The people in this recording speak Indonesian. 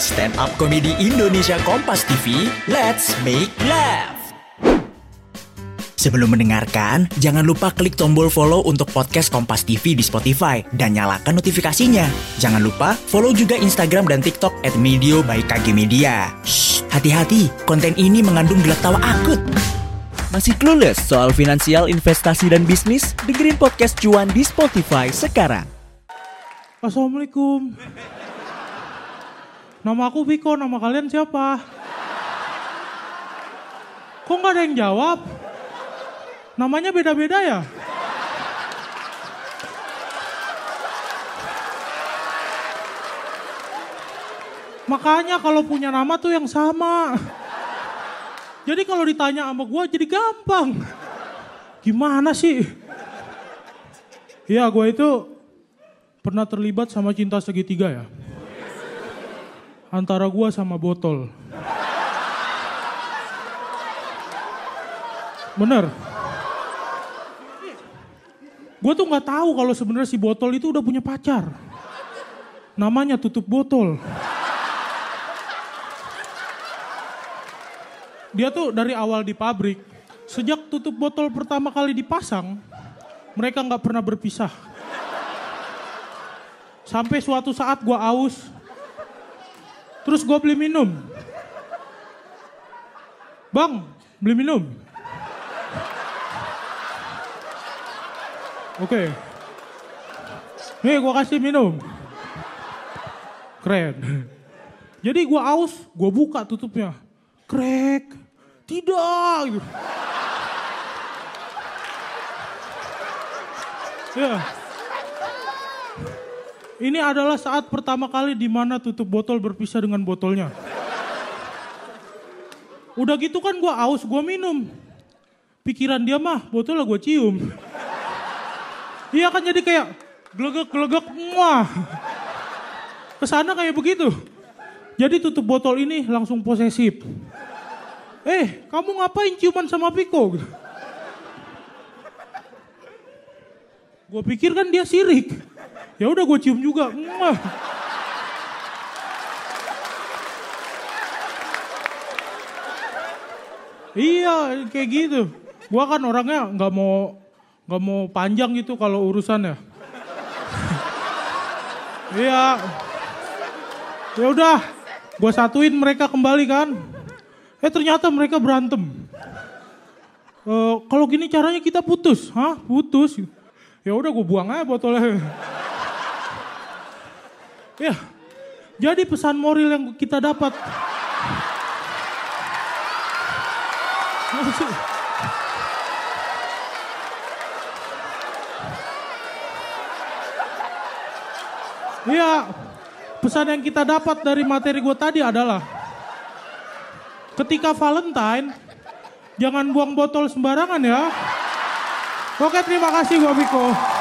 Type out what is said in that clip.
Stand Up Comedy Indonesia Kompas TV, let's make laugh. Sebelum mendengarkan, jangan lupa klik tombol follow untuk podcast Kompas TV di Spotify dan nyalakan notifikasinya. Jangan lupa follow juga Instagram dan TikTok @medio by KG Media. Shh, hati-hati, konten ini mengandung gelak tawa akut. Masih clueless soal finansial, investasi, dan bisnis? Dengerin podcast Cuan di Spotify sekarang. Assalamualaikum. Nama aku Viko, nama kalian siapa? Kok gak ada yang jawab? Namanya beda-beda ya? Makanya kalau punya nama tuh yang sama. Jadi kalau ditanya sama gue jadi gampang. Gimana sih? Ya gue itu pernah terlibat sama cinta segitiga ya. Antara gue sama botol. Bener. Gue tuh gak tahu kalau sebenarnya si botol itu udah punya pacar. Namanya tutup botol. Dia tuh dari awal di pabrik, sejak tutup botol pertama kali dipasang, mereka gak pernah berpisah. Sampai suatu saat gue aus, terus gue beli minum. Bang, beli minum. Oke. Nih gue kasih minum. Keren. Jadi gue aus, gue buka tutupnya. Krek. Tidak. Gitu. Ya. Ini adalah saat pertama kali di mana tutup botol berpisah dengan botolnya. Udah gitu kan gue aus, gue minum. Pikiran dia mah botolnya gue cium. Iya kan jadi kayak gelegek, muah. Kesana kayak begitu. Jadi tutup botol ini langsung posesif. Kamu ngapain ciuman sama Piko? Gue pikir kan dia sirik. Ya udah gue cium juga. Muah. Iya kayak gitu. Gue kan orangnya nggak mau panjang gitu kalau urusannya. Iya. Ya udah, gue satuin mereka kembali kan. Ternyata mereka berantem. Kalau gini caranya kita putus, Putus. Ya udah gue buang aja botolnya. Ya. Jadi pesan moral yang kita dapat. Iya, pesan yang kita dapat dari materi gue tadi adalah ketika Valentine, jangan buang botol sembarangan ya. Oke, terima kasih gue Viko.